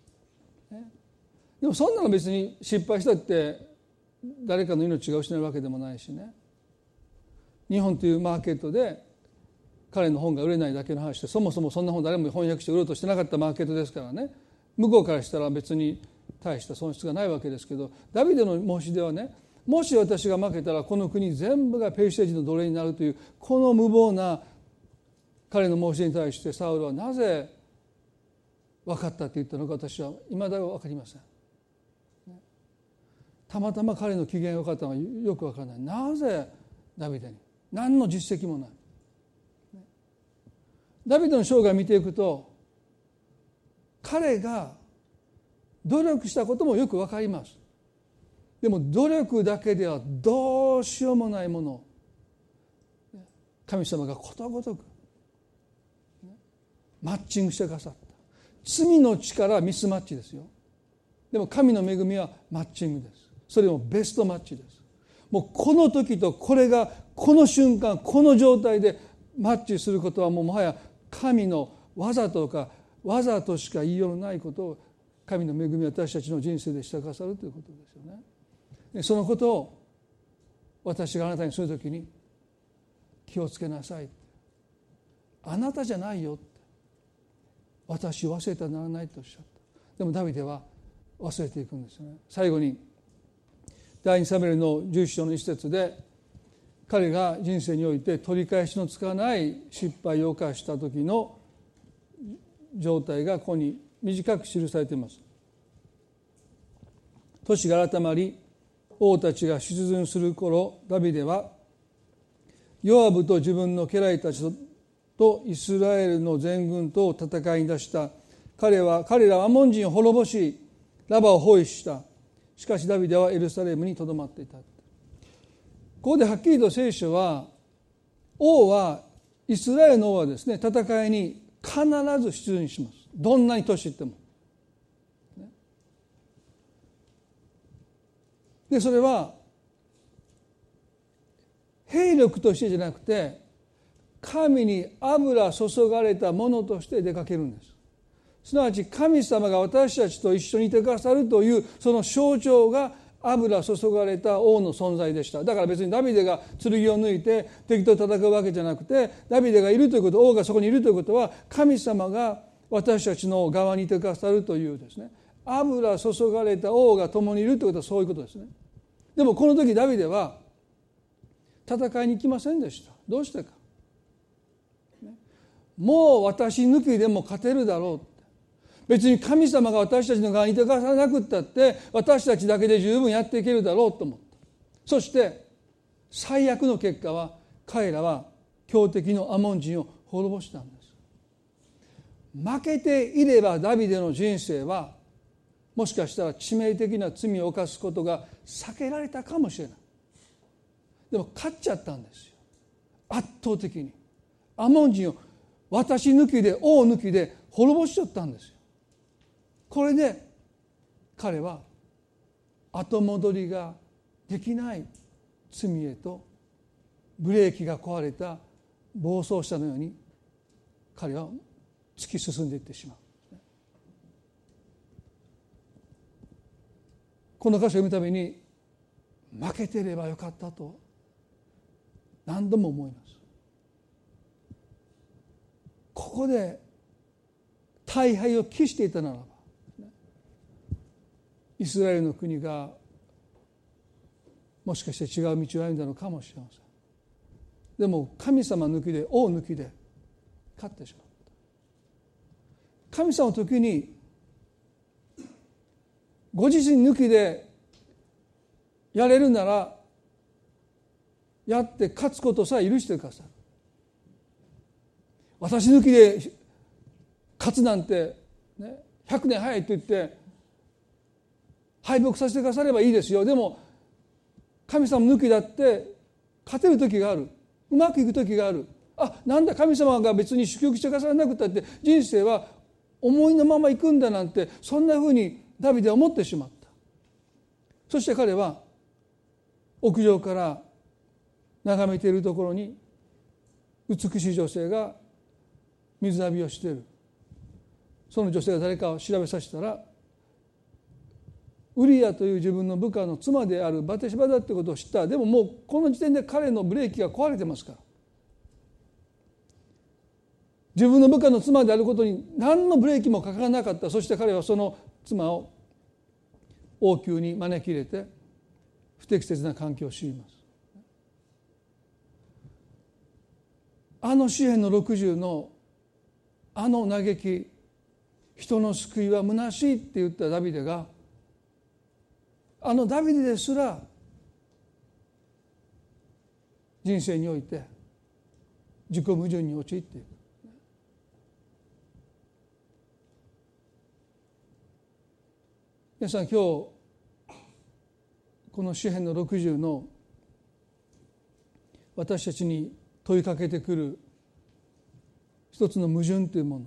でもそんなの別に失敗したって誰かの命が失うわけでもないしね。日本というマーケットで彼の本が売れないだけの話で、そもそもそんな本誰も翻訳して売ろうとしてなかったマーケットですからね、向こうからしたら別に大した損失がないわけですけど、ダビデの申し出はね、もし私が負けたらこの国全部がペリシテ人の奴隷になるというこの無謀な彼の申し出に対してサウルはなぜ分かったって言ったのか、私は未だ分かりません。たまたま彼の機嫌が良かったのはよく分からない。なぜダビデに何の実績もない。ダビデの生涯を見ていくと、彼が努力したこともよく分かります。でも努力だけではどうしようもないものを神様がことごとくマッチングしてくださった。罪の力はミスマッチですよ。でも神の恵みはマッチングです。それもベストマッチです。もうこの時とこれがこの瞬間この状態でマッチすることはもはや神の技とか技としか言いようのないことを神の恵みは私たちの人生でしてくださるということですよね。そのことを私があなたにするときに気をつけなさい、あなたじゃないよって、私を忘れてはならないとおっしゃった。でもダビデは忘れていくんですよね。最後に第2サムエルの11章の一節で、彼が人生において取り返しのつかない失敗を犯した時の状態がここに短く記されています。年が改まり王たちが出陣する頃、ダビデはヨアブと自分の家来たちとイスラエルの全軍と戦いに出した。彼らはアモン人を滅ぼしラバを包囲した。しかしダビデはエルサレムにとどまっていた。ここではっきりと聖書は、王はイスラエルの王はですね、戦いに必ず出陣します。どんなに年いっても。でそれは兵力としてじゃなくて、神に油注がれたものとして出かけるんです。すなわち神様が私たちと一緒にいてくださるというその象徴が油注がれた王の存在でした。だから別にダビデが剣を抜いて敵と戦うわけじゃなくて、ダビデがいるということ、王がそこにいるということは、神様が私たちの側にいてくださるというですね、油注がれた王が共にいるということはそういうことですね。でもこの時ダビデは戦いに行きませんでした。どうしてか。もう私抜きでも勝てるだろう。別に神様が私たちの側にいてくださらなくったって私たちだけで十分やっていけるだろうと思った。そして最悪の結果は、彼らは強敵のアモン人を滅ぼしたんです。負けていればダビデの人生はもしかしたら致命的な罪を犯すことが避けられたかもしれない。でも勝っちゃったんですよ。圧倒的にアモン人を私抜きで王抜きで滅ぼしちゃったんですよ。これで彼は後戻りができない罪へと、ブレーキが壊れた暴走車のように彼は突き進んでいってしまう。この箇所を読むたびに負けてればよかったと何度も思います。ここで大敗を喫していたならば、イスラエルの国がもしかして違う道を歩んだのかもしれません。でも神様抜きで王抜きで勝ってしまった。神様の時にご自身抜きでやれるならやって勝つことさえ許してくださる。私抜きで勝つなんて、ね、100年早いと言って敗北させてくださればいいですよ。でも神様抜きだって勝てる時がある、うまくいく時がある。なんだ神様が別に祝福してくださらなくたって人生は思いのまま行くんだなんて、そんなふうにダビデは思ってしまった。そして彼は屋上から眺めているところに美しい女性が水浴びをしている。その女性が誰かを調べさせたら、ウリアという自分の部下の妻であるバテシバだということを知った。でももうこの時点で彼のブレーキが壊れてますから、自分の部下の妻であることに何のブレーキもかからなかった。そして彼はその妻を王宮に招き入れて不適切な関係を強います。詩編の60の嘆き、人の救いは虚しいって言ったダビデが、ダビデですら人生において自己矛盾に陥っていく。皆さん、今日この詩編の60の私たちに問いかけてくる一つの矛盾というもの、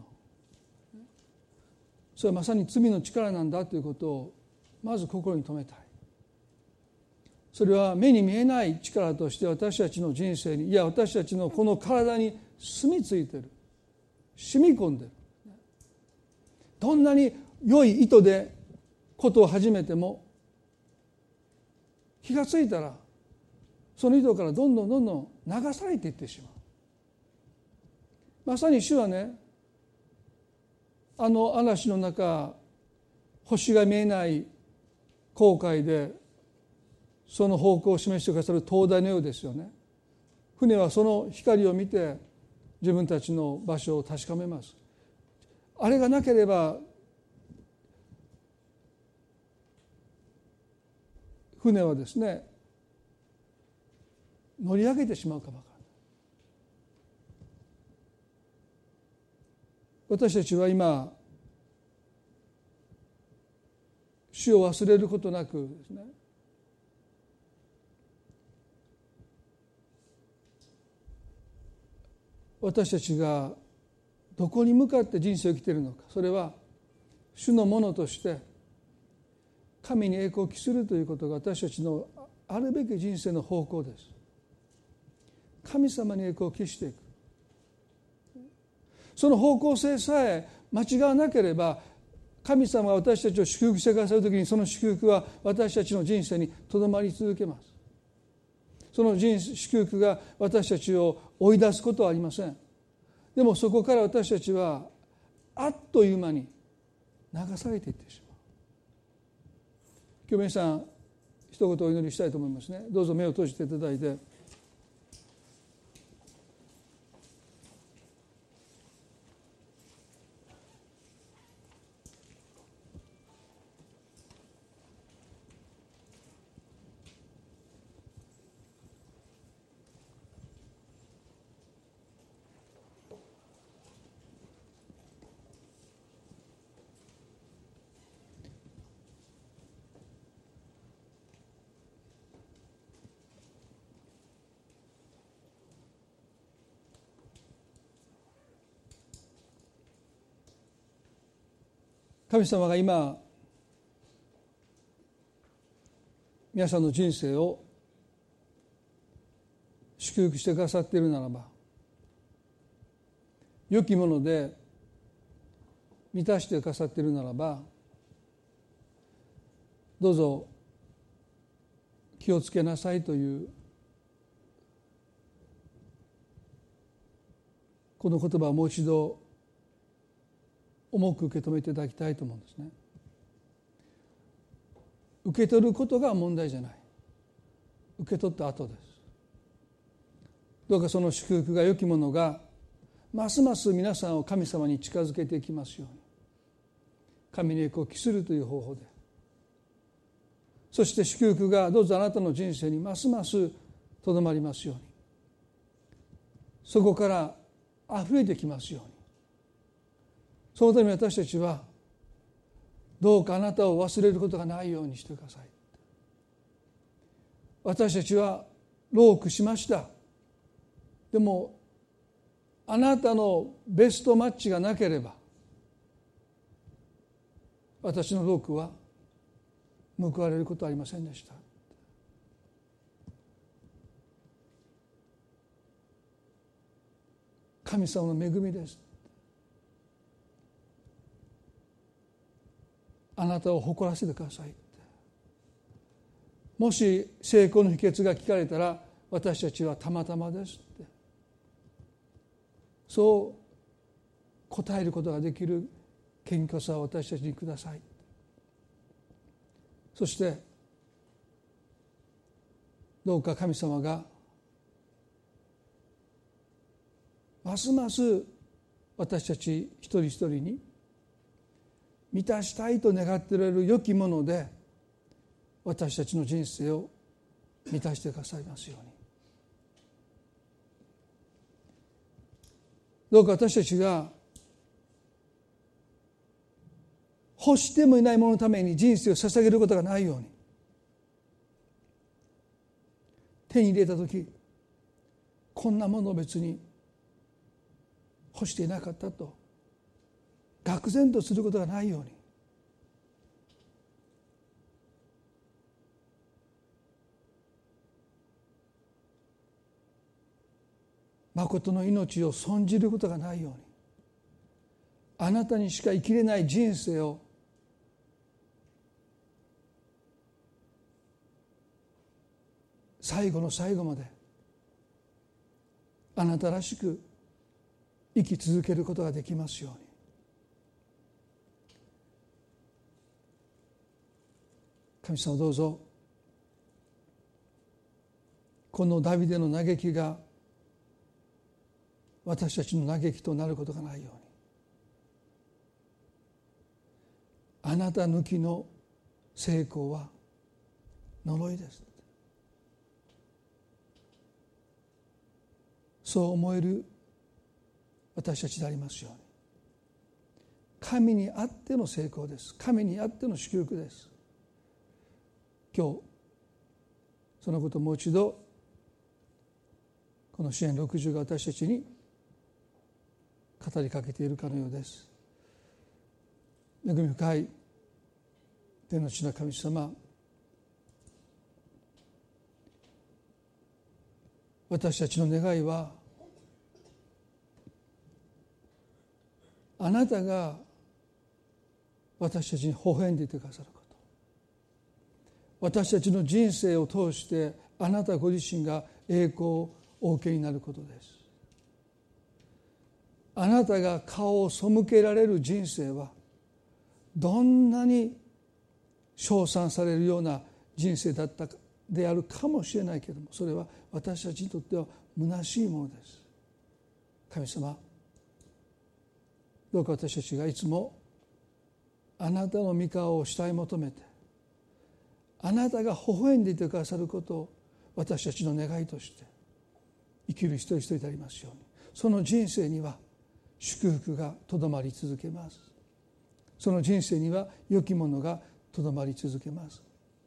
それはまさに罪の力なんだということをまず心に留めたい。それは目に見えない力として私たちの人生に、いや私たちのこの体に住み着いている、染み込んでいる。どんなに良い意図でことを始めても、気がついたらその意図からどんどん流されていってしまう。まさに主はね、嵐の中、星が見えない航海でその方向を示してくださる灯台のようですよね。船はその光を見て自分たちの場所を確かめます。あれがなければ船はですね、乗り上げてしまうかもわからない。私たちは今、主を忘れることなくですね、私たちがどこに向かって人生を生きているのか、それは主のものとして神に栄光を期するということが私たちのあるべき人生の方向です。神様に栄光を期していく、その方向性さえ間違わなければ、神様が私たちを祝福してくださるときに、その祝福は私たちの人生にとどまり続けます。その祝福が私たちを追い出すことはありません。でもそこから私たちはあっという間に流されていってしまう。今日皆さん一言お祈りしたいと思いますね。どうぞ目を閉じていただいて、神様が今皆さんの人生を祝福してくださっているならば、良きもので満たしてくださっているならば、どうぞ気をつけなさいというこの言葉をもう一度重く受け止めていただきたいと思うんですね。受け取ることが問題じゃない、受け取った後です。どうかその祝福が良きものがますます皆さんを神様に近づけていきますように、神に栄光を期するという方法で、そして祝福がどうぞあなたの人生にますますとどまりますように、そこからあふれてきますように、そのために私たちはどうかあなたを忘れることがないようにしてください。私たちは労苦しました。でもあなたのベストマッチがなければ私の労苦は報われることはありませんでした。神様の恵みです。あなたを誇らせてください。もし成功の秘訣が聞かれたら、私たちはたまたまですって、そう答えることができる謙虚さを私たちにください。そしてどうか神様がますます私たち一人一人に満たしたいと願っておられる良きもので私たちの人生を満たしてくださいますように。どうか私たちが欲してもいないもののために人生を捧げることがないように、手に入れたときこんなものを別に欲していなかったと愕然とすることがないように、誠の命を損じることがないように、あなたにしか生きれない人生を最後の最後まであなたらしく生き続けることができますように。神様どうぞこのダビデの嘆きが私たちの嘆きとなることがないように、あなた抜きの成功は呪いです、そう思える私たちでありますように。神にあっての成功です。神にあっての祝福です。今日そのことをもう一度この詩編60が私たちに語りかけているかのようです。恵み深い天の地の神様、私たちの願いはあなたが私たちに微笑んでいてくださること、私たちの人生を通してあなたご自身が栄光をお受けになることです。あなたが顔を背けられる人生はどんなに称賛されるような人生だったであるかもしれないけれども、それは私たちにとっては虚しいものです。神様、どうか私たちがいつもあなたの御顔を慕い求めて、あなたが微笑んでいてくださることを私たちの願いとして生きる一人一人でありますように。その人生には祝福がとどまり続けます。その人生には良きものがとどまり続けます。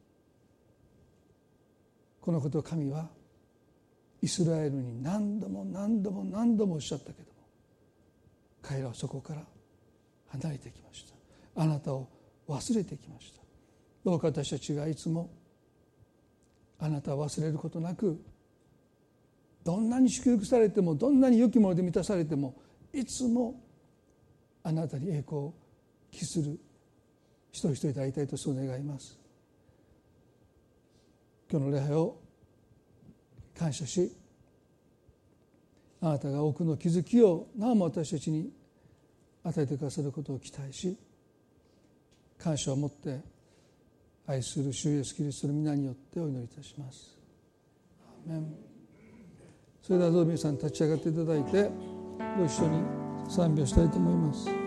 このことを神はイスラエルに何度も何度も何度もおっしゃったけども、彼らはそこから離れてきました。あなたを忘れてきました。どうか私たちがいつもあなたを忘れることなく、どんなに祝福されてもどんなに良きもので満たされても、いつもあなたに栄光を期する一人一人でありたいとそう願います。今日の礼拝を感謝し、あなたが多くの気づきをなおも私たちに与えてくださることを期待し、感謝を持って愛する主イエスキリストの皆によってお祈りいたします。アーメン。それではどうぞ皆さん立ち上がっていただいてご一緒に賛美をしたいと思います。